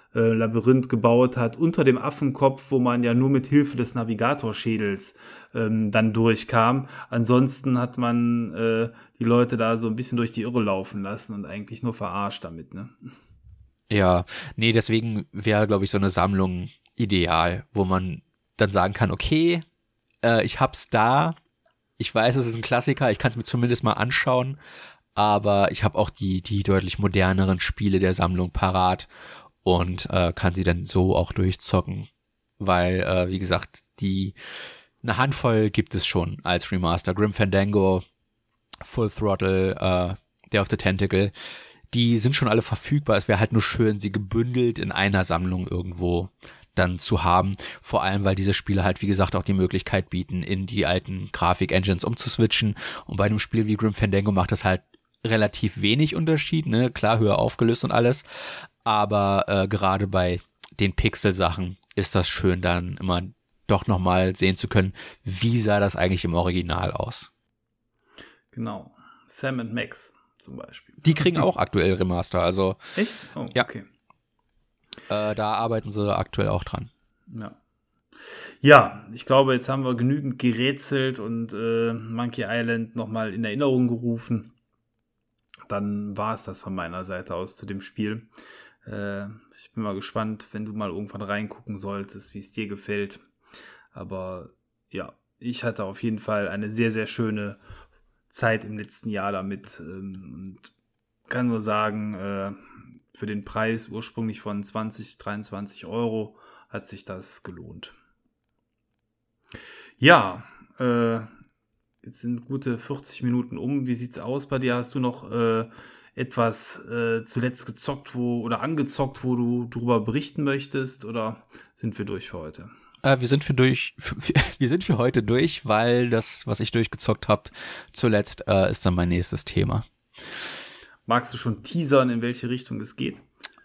[SPEAKER 2] äh, Labyrinth gebaut hat, unter dem Affenkopf, wo man ja nur mit Hilfe des Navigatorschädels ähm, dann durchkam. Ansonsten hat man äh, die Leute da so ein bisschen durch die Irre laufen lassen und eigentlich nur verarscht damit, ne?
[SPEAKER 1] Ja, nee, deswegen wäre, glaube ich, so eine Sammlung ideal, wo man dann sagen kann, okay, äh, ich hab's da, ich weiß, es ist ein Klassiker, ich kann es mir zumindest mal anschauen, aber ich habe auch die die deutlich moderneren Spiele der Sammlung parat und äh, kann sie dann so auch durchzocken, weil, äh, wie gesagt, die eine Handvoll gibt es schon als Remaster. Grim Fandango, Full Throttle, äh, Day of the Tentacle, die sind schon alle verfügbar. Es wäre halt nur schön, sie gebündelt in einer Sammlung irgendwo dann zu haben. Vor allem, weil diese Spiele halt, wie gesagt, auch die Möglichkeit bieten, in die alten Grafik-Engines umzuswitchen. Und bei einem Spiel wie Grim Fandango macht das halt relativ wenig Unterschied, ne? Klar, höher aufgelöst und alles. Aber äh, gerade bei den Pixel-Sachen ist das schön, dann immer doch nochmal sehen zu können, wie sah das eigentlich im Original aus.
[SPEAKER 2] Genau. Sam and Max zum Beispiel.
[SPEAKER 1] Die kriegen auch aktuell Remaster, also.
[SPEAKER 2] Echt? Oh,
[SPEAKER 1] ja.
[SPEAKER 2] Okay.
[SPEAKER 1] Äh, da arbeiten sie aktuell auch dran.
[SPEAKER 2] Ja. Ja, ich glaube, jetzt haben wir genügend gerätselt und äh, Monkey Island nochmal in Erinnerung gerufen. Dann war es das von meiner Seite aus zu dem Spiel. Äh, ich bin mal gespannt, wenn du mal irgendwann reingucken solltest, wie es dir gefällt. Aber ja, ich hatte auf jeden Fall eine sehr, sehr schöne Zeit im letzten Jahr damit ähm, und kann nur sagen, äh, für den Preis ursprünglich von zwanzig, dreiundzwanzig Euro hat sich das gelohnt. Ja, äh, jetzt sind gute vierzig Minuten um. Wie sieht's aus bei dir? Hast du noch äh, etwas äh, zuletzt gezockt wo oder angezockt, wo du darüber berichten möchtest? Oder sind wir durch für heute?
[SPEAKER 1] Äh, wir sind für durch, für, wir sind für heute durch, weil das, was ich durchgezockt habe, zuletzt äh, ist dann mein nächstes Thema.
[SPEAKER 2] Magst du schon teasern, in welche Richtung es geht?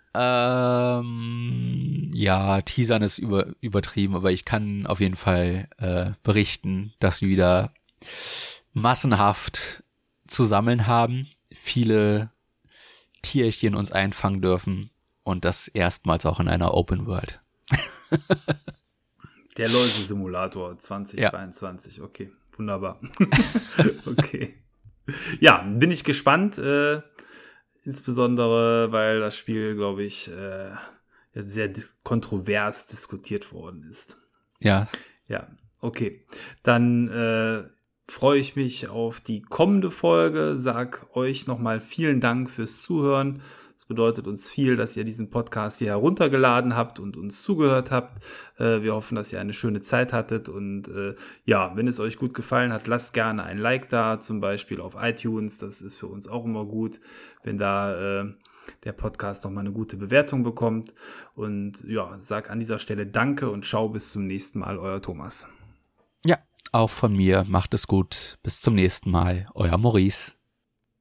[SPEAKER 1] Ähm, ja, teasern ist über, übertrieben, aber ich kann auf jeden Fall äh, berichten, dass wir wieder massenhaft zu sammeln haben, viele Tierchen uns einfangen dürfen und das erstmals auch in einer Open World.
[SPEAKER 2] Der Läuse-Simulator zwanzig dreiundzwanzig, ja. Okay, wunderbar. Okay. Ja, bin ich gespannt, äh, insbesondere, weil das Spiel, glaube ich, äh, sehr dis- kontrovers diskutiert worden ist.
[SPEAKER 1] Ja.
[SPEAKER 2] Ja, okay. Dann äh, freue ich mich auf die kommende Folge. Sag euch nochmal vielen Dank fürs Zuhören. Es bedeutet uns viel, dass ihr diesen Podcast hier heruntergeladen habt und uns zugehört habt. Äh, wir hoffen, dass ihr eine schöne Zeit hattet. Und äh, ja, wenn es euch gut gefallen hat, lasst gerne ein Like da, zum Beispiel auf iTunes. Das ist für uns auch immer gut, wenn da äh, der Podcast nochmal eine gute Bewertung bekommt. Und ja, sag an dieser Stelle Danke und ciao, bis zum nächsten Mal, euer Thomas.
[SPEAKER 1] Ja, auch von mir. Macht es gut. Bis zum nächsten Mal. Euer Maurice.